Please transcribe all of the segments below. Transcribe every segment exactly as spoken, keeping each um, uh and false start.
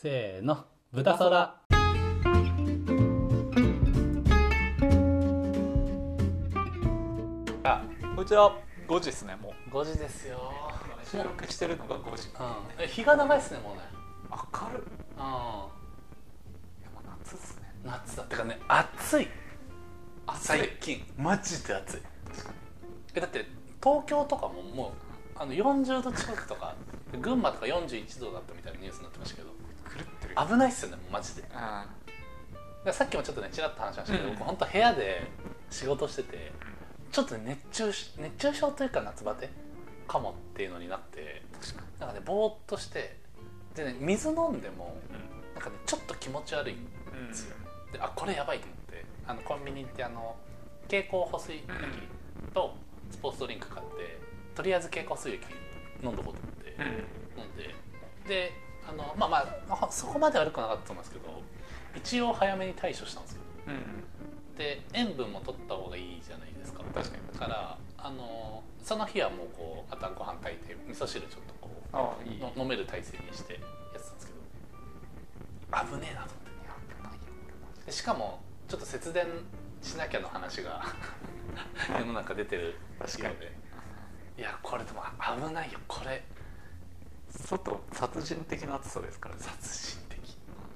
せーの、豚そら。 あ、こんにちは。ごじですね、もう。 ごじですよ。 収録してるのがごじ。 うん、日が長いですね、もうね。 明るい。うん。いや、もう夏っすね。 夏だってかね、暑い。最近マジで暑い。 確かに。 え、だって東京とかももうあのよんじゅうど近くとか、群馬とかよんじゅういちどだったみたいなニュースになってましたけど、 狂ってる。 危ないっすよね、もうマジで。 うん。 でさっきもちょっとねちらっと話しましたけど、 うん、 僕本当部屋で仕事してて、ちょっと熱中し熱中症というか夏バテかもっていうのになって、なんかねぼーっとしてでね、水飲んでも、うん、なんかねちょっと気持ち悪いんですよ、うん、であこれやばいと思ってあのコンビニ行ってあの経口補水液とスポーツドリンク買ってとりあえず経口補水液飲んどこうと思って、うん、飲んでであのまあまあそこまで悪くなかったと思うんですけど一応早めに対処したんですよ、うん、で塩分も取った方がいいじゃないですか。 確かに。 だからあのその日はもうこうあとはご飯炊いて味噌汁ちょっとこうああいいの飲める体制にしてやってたんですけど、危ねえなと思って。でしかもちょっと節電しなきゃの話が世の中出てるようで、いやこれでも危ないよこれ。 外殺人的な暑さですからね。 殺人的。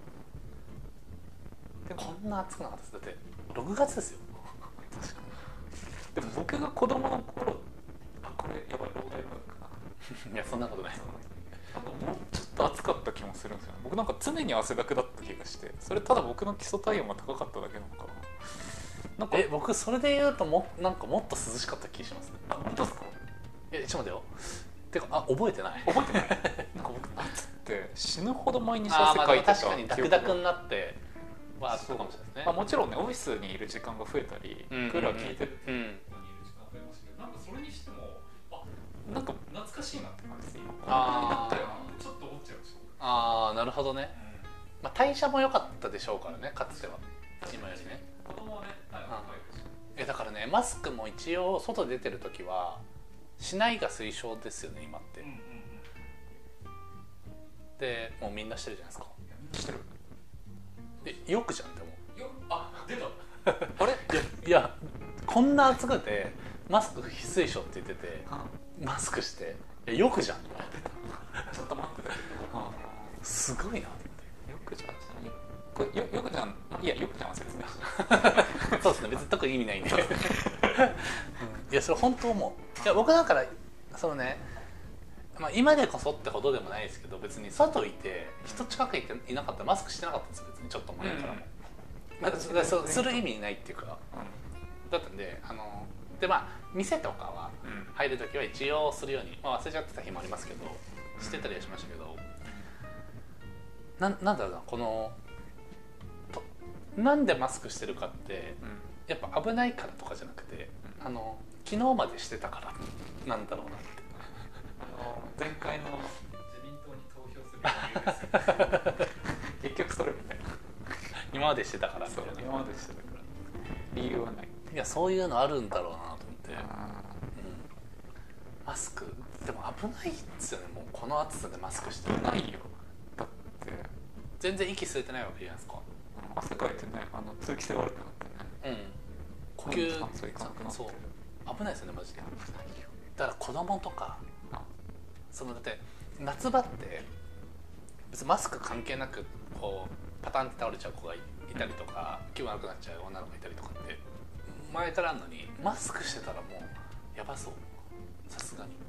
でこんな暑くなかったです。だってろくがつですよ。 確かに。でも僕が子供の頃、あこれやばい老害なのかな。 いやそんなことない。 なんかもうちょっと暑かった気もするんですよね。僕なんか常に汗だくだった気がして、それただ僕の基礎体温が高かっただけなのかな。なんかえ僕それで言うともなんかもっと涼しかった気しますね。 あ本当ですか。 えちょっと待ってよ。てかあ覚えてない。 覚えてない。なんか僕夏って死ぬほど毎日汗かいてた。 確かにダクダクになってはあったかもしれないですね。 まあ、もちろんねオフィスにいる時間が増えたり、うんうんうん、クーラー効いてるうん、 なんかそれにしてもあなんか懐かしいなって感じです今。 あだったよちょっと思っちゃいました。 ああなるほどね、うんまあ、代謝も良かったでしょうからねかつては今よりね。 子供はね、はいえだからねマスクも一応外出てる時はしないが推奨ですよね今って、うんうんうん、でもうみんなしてるじゃないですか。 してる。 えよくじゃんでもよあ出たあれいやいやこんな暑くてマスク非推奨って言ってて、うん、マスクしていやよくじゃんちょっと待ってたけど、うん、 すごいなって。 よくじゃんこれよよくじゃんいやよくじゃん忘れてたそうですね別に特に意味ないんで、うん、いやそれ本当思う。いや僕だからそのね、まあ、今でこそってほどでもないですけど別に外いて人近くいていなかったらマスクしてなかったんですよ別にちょっと前からも、うんまあ、そ, そうする意味ないっていうか、うん、だったんであのでまあ店とかは入るときは一応するように、まあ、忘れちゃってた日もありますけどしてたりはしましたけど、な, なんだろうなこのとなんでマスクしてるかってやっぱ危ないからとかじゃなくてあの昨日までしてたからなんだろうなって。 前回の自民党に投票する理由です結局それみたいな今までしてたからみたいな。 今までしてたから理由はない。 いやそういうのあるんだろうなと思って、うん、マスクでも危ないっすよねもうこの暑さでマスクしてる。 ないよだって全然息吸えてないわけじゃないですか。 汗かいてねあの通気性悪くなってね、 うん、呼吸そういかなくなってそう危ないですよねマジで。危ないよ。だから子供とかそのだって夏場って別にマスク関係なくこうパタンって倒れちゃう子がいたりとか気分悪くなっちゃう女の子がいたりとかって前からあるのにマスクしてたらもうやばそうさすがに。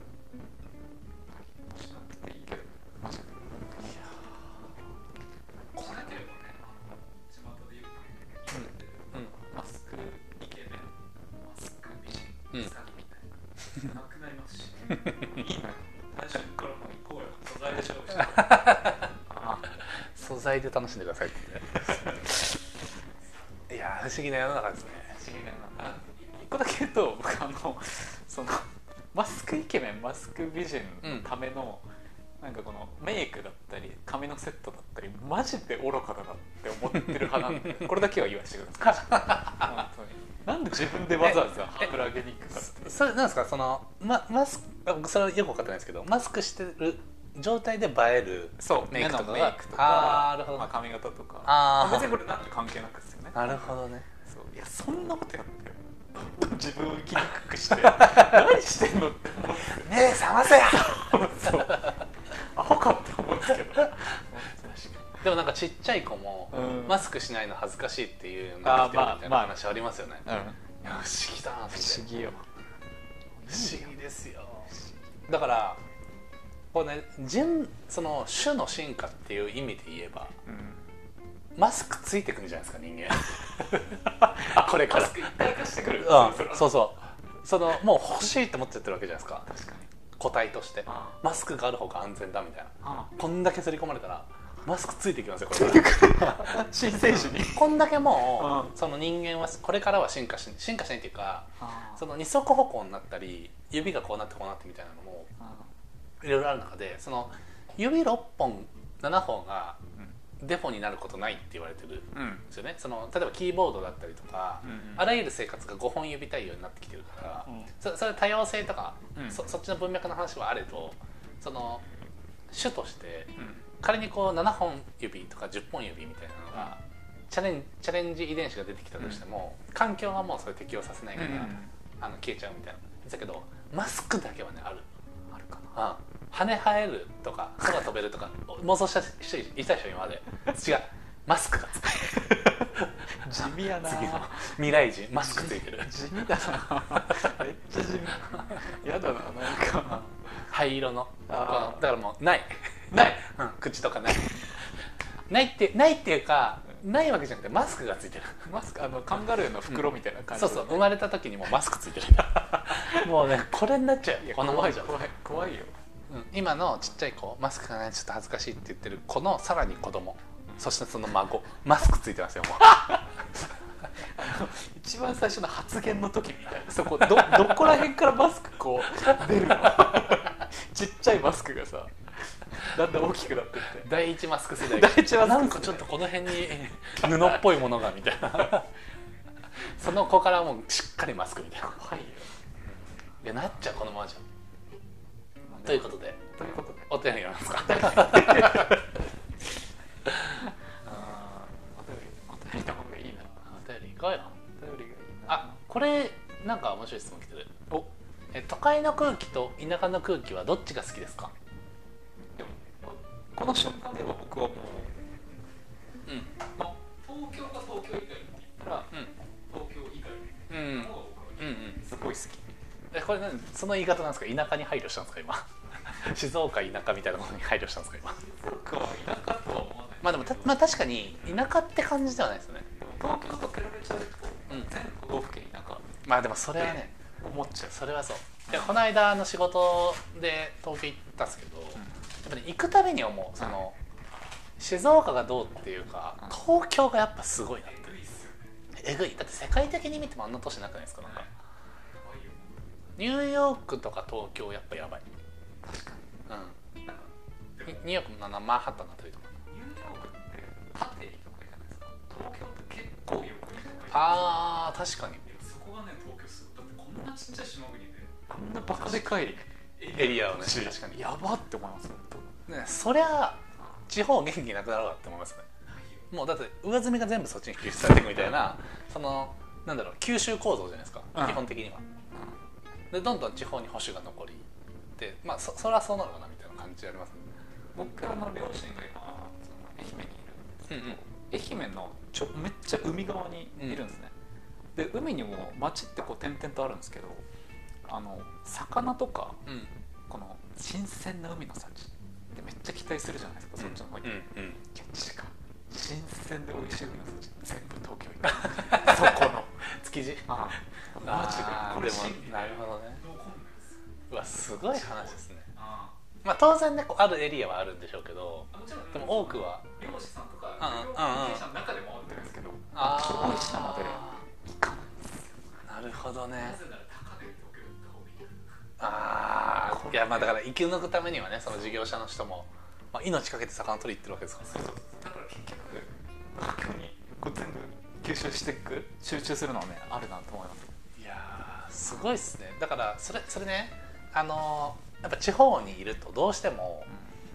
いいけどマジで。いやこれでもね巷でよく言われてる、うんうん、マスクイケメンマスク美人ウサギみたいな、うん、なくなりますしいいのよ最初からもう行こうよ素材で勝負して素材で楽しんでくださいっていや不思議な世の中ですね。 不思議な世の中。一個だけ言うと僕あのそのマスクイケメンマスク美人のための、うん、なんかこのメイクだったり髪のセットだったりマジで愚かだなって思ってる派なんでこれだけは言わせてください本当に。なんで自分でわざわざハードル上げに行くかって。 それなんですかその、ま、マスク僕それはよく分かってないですけどマスクしてる状態で映えるそうメイクとかが、 目のメイクとか、 あーなるほど、 まあ、髪型とか、 あー、 まあ別にこれなんて関係なくですよね。 なるほどね。 そういやそんなことやって自分を生きにくくして何してんのって思って目覚ませやそうアホかって思うんですけどでもなんかちっちゃい子も、 うん、 マスクしないの恥ずかしいっていうのが来てるみたいな話ありますよね、 うん、いいや不思議だなと思って。 不思議よ不思議ですよ。だからこうね、人その種の進化っていう意味で言えば、 うん、 マスクついてくるんじゃないですか人間あこれからマスク一体化してくる、 うん、そうそうそのもう欲しいって思っちゃってるわけじゃないですか。 確かに個体としてあマスクがある方が安全だみたいな、 あこんだけ刷り込まれたらマスクついてきますよこれから新生児にこんだけもう、 うん、 その人間はこれからは進化し進化しないっていうか、 あその二足歩行になったり指がこうなってこうなってみたいなのもあいろいろある中で、その指ろっぽんななほんがうんデフォになることないって言われてるうんんですよね。その例えばキーボードだったりとか、 うんうん、 あらゆる生活がごほん指対応になってきてるから、 うん、 そ, それ多様性とか、 うん、 そ, そっちの文脈の話はあれど、その種としてうん仮にこうななほん指とかじゅっぽん指みたいなのが、チャレンチャレンジ遺伝子が出てきたとしても、うん、環境がもうそれ適応させないから、うん、あの消えちゃうみたいな。だけどマスクだけはねあるあるかな、うん、羽生えるとか空飛べるとか妄想した人いたでしょ今まで。違う、マスクがつく地味やな。 次の未来人マスクついてる地味だなめっちゃ地味やだな、なんか灰色のあだからもうないない、 うん、口とかないないってないっていうか、ないわけじゃなくてマスクがついてる。 マスク、あのカンガルーの袋みたいな感じ、 うん、そうそう、生まれた時にもうマスクついてるもうねこれになっちゃうよこのままじゃ。 怖い怖いよ、 うん、今のちっちゃい子マスクがないちょっと恥ずかしいって言ってる子のさらに子供、そしてその孫マスクついてますよもう一番最初の発言の時みたいな、そこ ど, どこら辺からマスクこう出るのちっちゃいマスクがさだんだん大きくなってって第一マスク世代第一マスク世代なんかちょっとこの辺に布っぽいものがみたいなその子からもうしっかりマスクみたいな。 怖いよ。 いやなっちゃうこのままじゃ。ということでということでお手紙読みますかお便りお便りお便りの方がいいな。 お便り行こうよ。 お便りがいいな。 あ、これなんか面白い質問来てる。 おえ都会の空気と田舎の空気はどっちが好きですか？ でもこの瞬間では僕はもう、 うん、 まあ、東京が東京以外って言ったら、うん、東京以外うんの方が僕はうんうんすごい好き。 えこれ何その言い方なんですか？田舎に配慮したんですか今静岡田舎みたいなものに配慮したんですか今？ 僕は田舎とは思わない。 まあでもた、まあ、確かに田舎って感じではないですよね。 東京と比べちゃうと、 うん、 全都道府県田舎まあでもそれはね思っちゃう。 それはそう。いやこの間の仕事で東京行ったんですけど、うん、やっぱり、ね、行くたびに思うその、うん、静岡がどうっていうか、うん、東京がやっぱすごいなって。えぐい。だって世界的に見てもあんな都市なくないですか？なんかニューヨークとか東京やっぱやばい。 確かに。 うん。ニューヨークもなマンハッタンのあたりとか。 ニューヨークって縦にとかじゃないですか。東京って結構よく見る。 ああ確かに。 そこがね東京すごい。だってこんなちっちゃい島国でこんなバカでかいエリアをね確かにやばって思います本当。 ねそりゃ地方元気なくなるわって思いますね。もうだって上積みが全部そっちに吸収されていくみたいなそのなんだろう吸収構造じゃないですか、うん、基本的には。でどんどん地方に保守が残りで、まあ そ, それはそうなるかなみたいな感じありますね。 僕らの両親が今その愛媛にいるんですけど、うんうん、愛媛のちょめっちゃ海側にいるんですね、うん、で海にも町ってこう点々とあるんですけど、あの魚とか、うん、この新鮮な海の幸ってめっちゃ期待するじゃないですか、うん、そっちの方に、うんうん、違う新鮮で美味しい海の幸全部東京にそこの築地ああマジでこれでもなるほどね。うわすごい話ですね。あまあ当然ねあるエリアはあるんでしょうけど、でも多くは漁師さんとか漁業者の中で回ってるんですけど、 あ遠いしなので行かないんですよ。 なるほどね。 なぜなら高で東京行った方がいい。 ああいやまあだから生き抜くためにはねその事業者の人も、まあ、命かけて魚取り行ってるわけですからね。 そうそうだから結局東京にこう全部吸収していく集中するのはねあるなと思います。 いやすごいっすね。だからそれそれねあのー、やっぱ地方にいるとどうしても、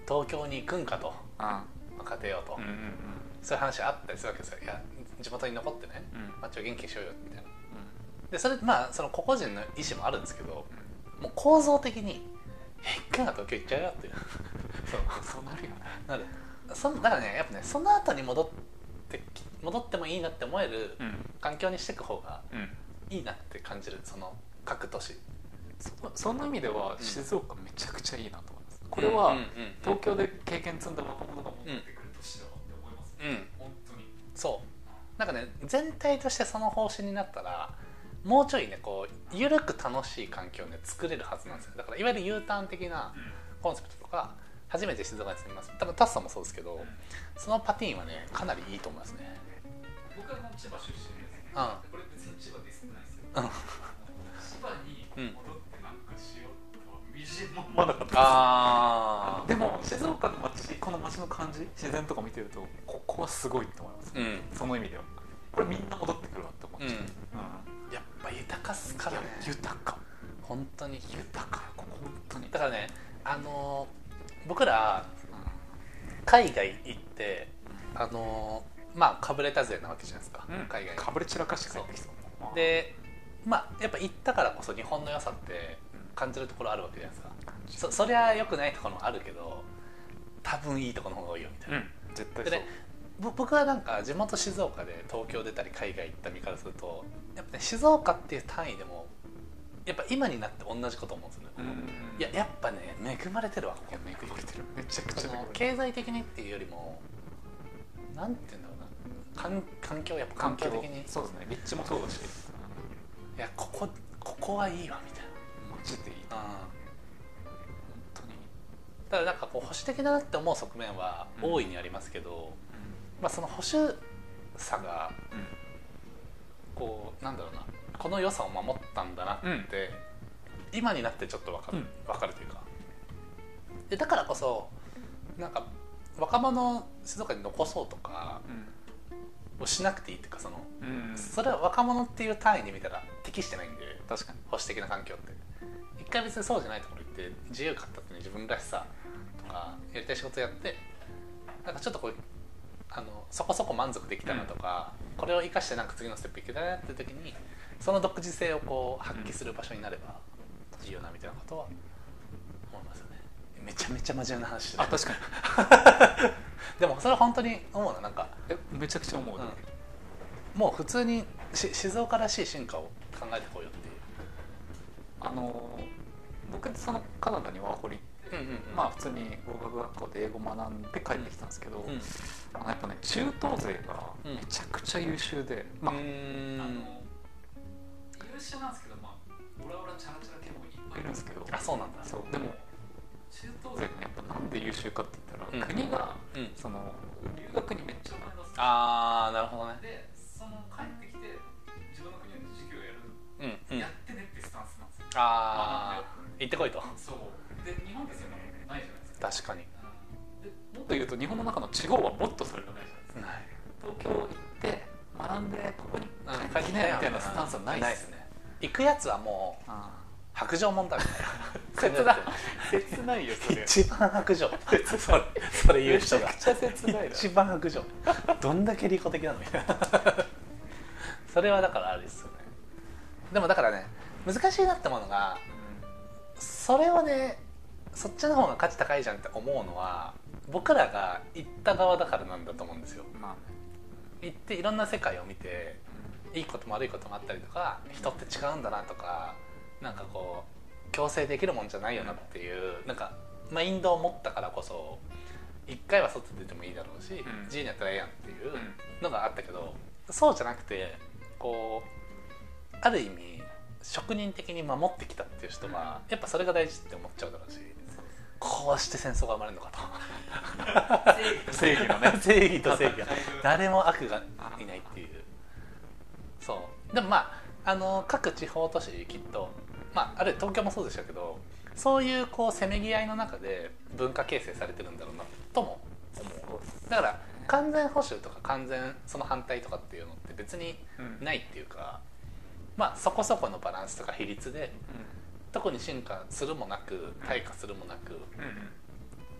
東京に行くんかと、 あ家庭をと、 うんうんうんそういう話あったりするわけですよ。いや地元に残ってね、 うん街を元気にしようよみたいな。 うでそれまあその個々人の意思もあるんですけど、もう構造的に「え一回が東京行っちゃうよ」っていうそうそうなるよね。 なるそだからねやっぱねその後に戻って戻ってもいいなって思えるうん環境にしていく方がうんいいなって感じる、その各都市。 そそんな意味では静岡めちゃくちゃいいなと思います。これうんはうんうん東京で経験積んだ若者が戻ってくる年だわって思いますね。 うん本当に。 そうなんかね全体としてその方針になったらもうちょいねこう緩く楽しい環境をね作れるはずなんですよ。だからいわゆる U ターン的なコンセプトとか初めて静岡に住みます多分タスさんもそうですけど、そのパティーンはねかなりいいと思いますね。 僕はもう千葉出身です。 うんこれ別に千葉ディスってないですよ。 うん千葉に戻ってなんかしようとはみじんも思わなかったです。 あでも静岡の街、この街の感じ、自然とか見てるとここはすごいって思います、 うんその意味ではこれみんな戻ってくるわって思っちゃう、 うんうんやっぱ豊かっすからね。 いや豊か本当に豊かここ本当にだからねあのー僕ら海外行ってあのーまあかぶれた勢なわけじゃないですか、 うん、 海外にかぶれ散らかして帰ってきそう、 でまあやっぱ行ったからこそ日本の良さって感じるところあるわけじゃないですか。そ, そりゃ良くないところもあるけど多分いいところの方が多いよみたいな、 うん絶対そうでねぼ僕はなんか地元静岡で東京出たり海外行った身からするとやっぱね静岡っていう単位でもやっぱ今になって同じこと思うんですよね、 うんいややっぱね恵まれてるわここ。 いや恵まれてるめちゃくちゃその恵まれてる経済的にっていうよりもなんて言うんだろうな環環境やっぱ環境的にそうですね立地もそうだしいやここここはいいわみたいマジでいいな、うん、 本当にだからなんかこう保守的だなって思う側面は大いにありますけど、まあ、その保守さがうんこうなんだろうなこの良さを守ったんだなって、 うん今になってちょっと分かる、 うん分かるというかでだからこそなんか若者を静岡に残そうとかをしなくていいっていうかその、 うんうんそれは若者っていう単位で見たら適してないんで確かに保守的な環境って一回別にそうじゃないところ行って自由勝手に自分らしさとかやりたい仕事やってなんかちょっとこうあのそこそこ満足できたなとか、うん、これを生かしてなんか次のステップいけたなって時にその独自性をこう発揮する場所になればいいよなみたいなことは思いますよね。めちゃめちゃ真面目な話してる。 あ確かにでもそれは本当に思うのなんかえめちゃくちゃ思う、 うん、もう普通にし静岡らしい進化を考えてこうよっていう。 あの僕そのカナダにワーホリ行って、うんうんうん、まあ普通に語学学校で英語学んで帰ってきたんですけど、うん、あのやっぱね中東勢がめちゃくちゃ優秀で、うん、まあ、あの優秀なんですけど、まあ、オラオラチャラチャラ系もいっぱいいるんですけど、 あそうなんだ。 そうでも中東勢ってやっぱなんで優秀かって言ったら、うん、国が、うん、その留学にめっちゃお金出す。ああなるほどね。 でその帰ってきて自分の国で授業やる、 うんうん、 やってねってスタンスなんですよ。 ああ行ってこいと。 そうで日本ですよねないじゃないですか。 確かに。 でもっと言うと日本の中の地方はもっとそれがないじゃないですか。東京行って学んでここに帰ってきねみたいなスタンスはないですね。 行くやつはもう白状もんだみたいな。 切ない切ないよそれ。 一番白状。それそれ言う人が。 めちゃくちゃ切ないだ。 一番白状。どんだけ利己的なのみたいな。それはだからあれですよね。でもだからね難しいなって思うのが、うん、それをねそっちの方が価値高いじゃんって思うのは僕らが行った側だからなんだと思うんですよ。まあ、行っていろんな世界を見て、うん、いいことも悪いこともあったりとか人って違うんだなとかなんかこう強制できるもんじゃないよなっていう、うん、なんかマインドを持ったからこそ一回は外出てもいいだろうし、うん、自由にやったらええやんっていうのがあったけど、そうじゃなくてこうある意味職人的に守ってきたっていう人はやっぱそれが大事って思っちゃうだろうし、こうして戦争が生まれるのかと正義のね正義と正義が誰も悪がいないっていう。そうでもまああの各地方都市きっと、まあ、あるいは東京もそうでしたけどそういうこうせめぎ合いの中で文化形成されてるんだろうなとも思う。だから完全保守とか完全その反対とかっていうのって別にないっていうか、うん、まあそこそこのバランスとか比率で、うん、特に進化するもなく退化するもなく、うん、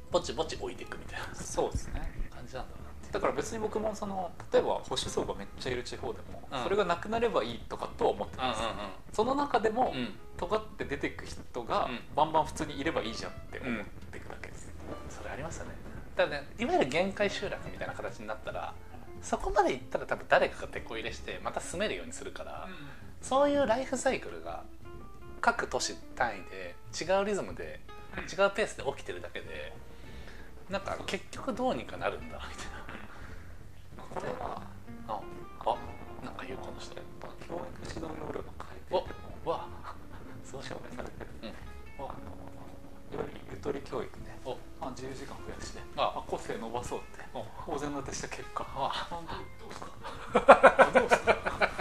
ぼちぼち置いていくみたいなそうですね感じなんだろうな。 だから別に僕もその例えば保守層がめっちゃいる地方でも、 うん、 それがなくなればいいとかとは思ってます、うんうんうん、その中でも、うん、尖って出てく人が、うん、バンバン普通にいればいいじゃんって思っていくだけです、 うん、それありますよね。だからね、いわゆる限界集落みたいな形になったらそこまで行ったら多分誰かが手こ入れしてまた住めるようにするから、うん、そういうライフサイクルが各都市単位で違うリズムで違うペースで起きてるだけで、なんか結局どうにかなるんだみたいな。 これはああなんか言うこの人やっぱ教育指導要領の改定おわそう証明されてる、うん、あのいわゆるゆとり教育ね、おあ自由時間増やしてああ個性伸ばそうって大然立てした結果あどうですかどうですか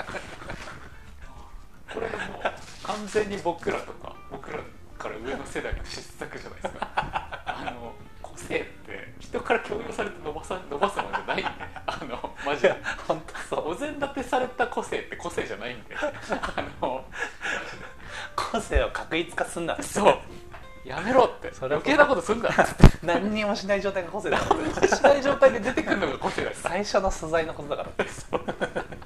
これもう完全に僕らとか僕らから上の世代の失策じゃないですかあの個性って人から強要されて伸ばさ伸ばすものじゃないんで、あのマジで本当そう、 お膳立てされた個性って個性じゃないんであの個性を確一化すんなって、 そうやめろって余計なことすんだ何にもしない状態が個性だから何にもしない状態で出てくるのが個性だ最初の素材のことだからってそう確かにね、そう確か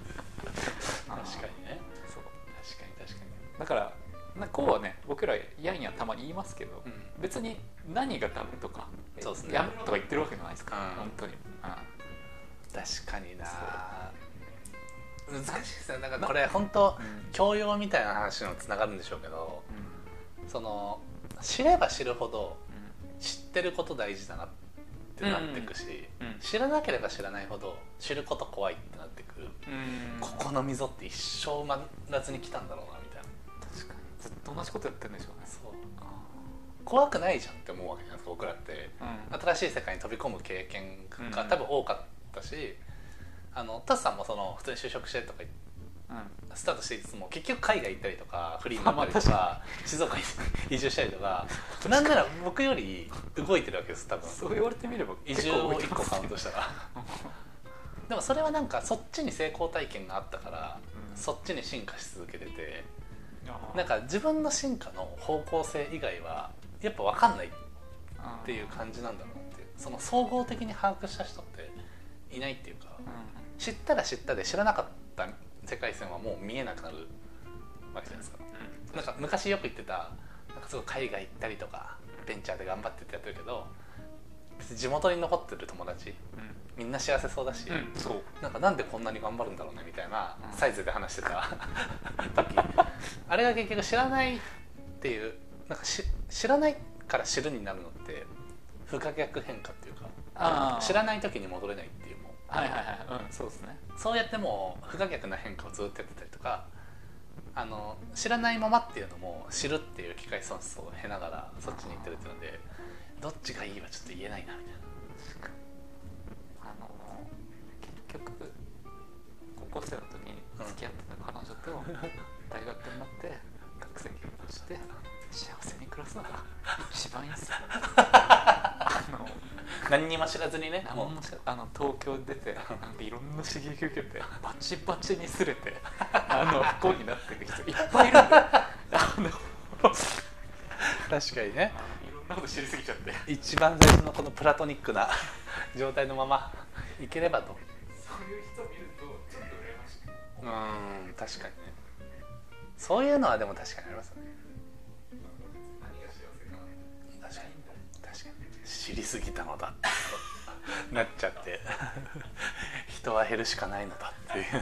に確かにだからこうはね僕らやんやたまに言いますけど、うん、別に何がダメとかそうですねやめとか言ってるわけじゃないですか、うん、本当に、 うん、確かにな難しいですね。だからこれ本当、うん、教養みたいな話にもつながるんでしょうけど、うん、その知れば知るほど知ってること大事だなってなっていくし、うんうん、知らなければ知らないほど知ること怖いってなってくる、うん、ここの溝って一生埋まらずに来たんだろうなみたいな。 確かにずっと同じことやってるんでしょうね。 そう怖くないじゃんって思うわけじゃないですか僕らって、うん、新しい世界に飛び込む経験が多分多かったし、あのタスさんもその普通に就職してとかうん、スタートしていつも結局海外行ったりとかフリーになったりとか静岡に移住したりとかなんなら僕より動いてるわけです多分。 そう言われてみれば移住をいっこカウントしたらでもそれはなんかそっちに成功体験があったから、うん、そっちに進化し続けてて、なんか自分の進化の方向性以外はやっぱ分かんないっていう感じなんだろうっていう、その総合的に把握した人っていないっていうか、うん、知ったら知ったで知らなかった世界線はもう見えなくなるわけじゃないですか、うん、なんか昔よく言ってたなんかすごい海外行ったりとかベンチャーで頑張ってってやってるけど別に地元に残ってる友達、うん、みんな幸せそうだし、うん、そうなんかなんでこんなに頑張るんだろうねみたいなサイズで話してた時あれが結局知らないっていうなんかし知らないから知るになるのって不可逆変化っていうかあ知らない時に戻れないっていうもはいはいはい、うん、そうですね。 そうやってもう不可逆な変化をずっとやってたりとか、あの知らないままっていうのも知るっていう機会損失を経ながらそっちに行ってるっていうのでどっちがいいはちょっと言えないなみたいな。 あの結局高校生の時に付き合ってた彼女と大学になって学生結婚して幸せに暮らすのが一番いいですよあの何にも知らずにね、 もうあの東京出てなんかいろんな刺激受けてバチバチにすれてあの不幸になっていく人いっぱいいるんであの確かにね、 いろんなこと知りすぎちゃって一番最初のこのプラトニックな状態のままいければと。 そういう人見るとちょっと羨ましく。 うん確かにね、そういうのはでも確かにありますよね。知りすぎたのだってなっちゃって人は減るしかないのだっていう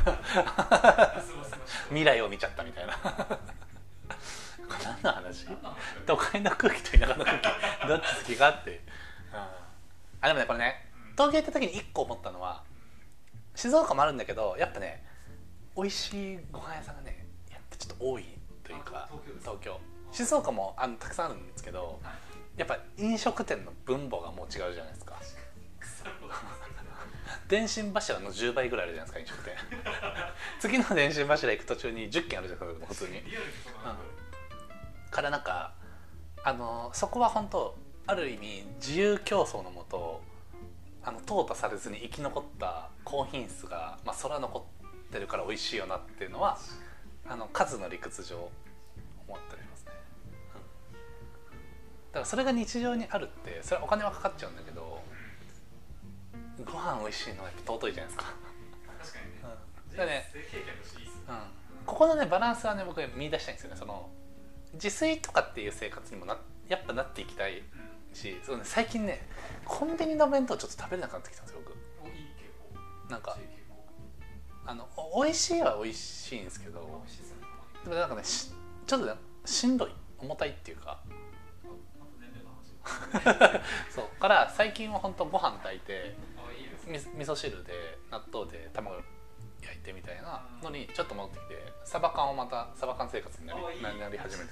未来を見ちゃったみたいなこれ何の話？都会の空気と田舎の空気どっち好きかって、うん、あでもねこれね東京行った時にいっこ思ったのは静岡もあるんだけどやっぱね美味しいご飯屋さんがねやっぱちょっと多いというか東京静岡もあのたくさんあるんですけどやっぱ飲食店の分母がもう違うじゃないですか電信柱のじゅうばいぐらいあるじゃないですか飲食店次の電信柱行く途中にじゅっけんあるじゃないですか普通に、うん、からなんかあのそこは本当ある意味自由競争のもとあの淘汰されずに生き残った高品質が、まあ、空残ってるから美味しいよなっていうのはあの数の理屈上思ったりしますね、 からそれが日常にあるってそれはお金はかかっちゃうんだけど、ご飯美味しいのはやっぱ尊いじゃないですか。 確かにね、 うん、だね、 経験としていいっすね、 うん、ここのねバランスはね僕見出したいんですよね。その自炊とかっていう生活にもなやっぱなっていきたいし、うん、そうね、最近ねコンビニの弁当ちょっと食べれなくなってきたんですよ僕。 おいい傾向なんかいい傾向あの美味しいは美味しいんですけど、 美味しいですね。 でもなんかねしちょっとねしんどい重たいっていうかまた年齢の話そうから最近は本当ご飯炊いてあいいですね。 み味噌汁で納豆で卵焼いてみたいなのにちょっと戻ってきてサバ缶をまたサバ缶生活になりあいいなり始めて、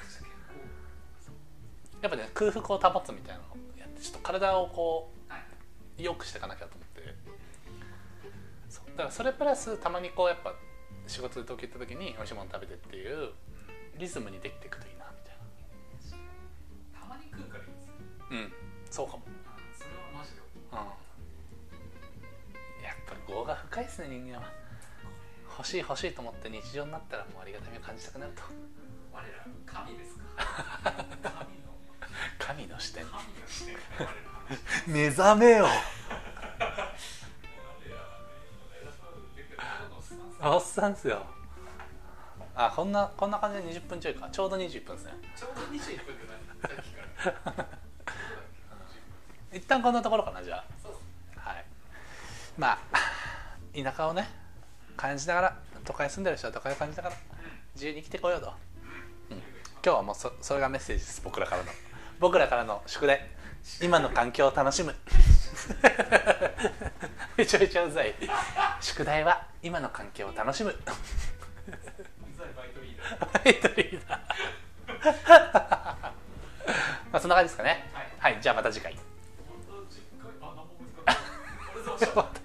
やっぱね空腹を保つみたいなのをやってちょっと体をこう良くしていかなきゃと思って、そうだからそれプラスたまにこうやっぱ仕事で東京行った時に美味しいもの食べてっていうリズムにできていくといいなみたいたまに食うからいいですね。 な。うんそうかも。 それはマジでうんやっぱり業が深いですね人間は。欲しい欲しいと思って日常になったらもうありがたみを感じたくなると。 我ら神ですか神の神の視点。 神の視点我ら目覚めよ。おっさんっすよ。あこんなこんな感じでにじゅっぷんちょいか、ちょうどにじゅっぷんですね。 ちょうどにじゅういっぷんで何さっきから一旦こんなところかなじゃそうですね。 あ。はい。まあ田舎をね感じながら、都会住んでる人は都会を感じながら自由に生きてこようと、うん、今日はもう そ, それがメッセージです。僕らからの僕らからの宿題、今の環境を楽しむめちゃめちゃうざい。宿題は今の環境を楽しむ。 うざいバイトリーダー。 バイトリーダーまあそんな感じですかね。 はい、 はい、じゃあまた次回。 また次回あ何も難しい。ありがとうございました。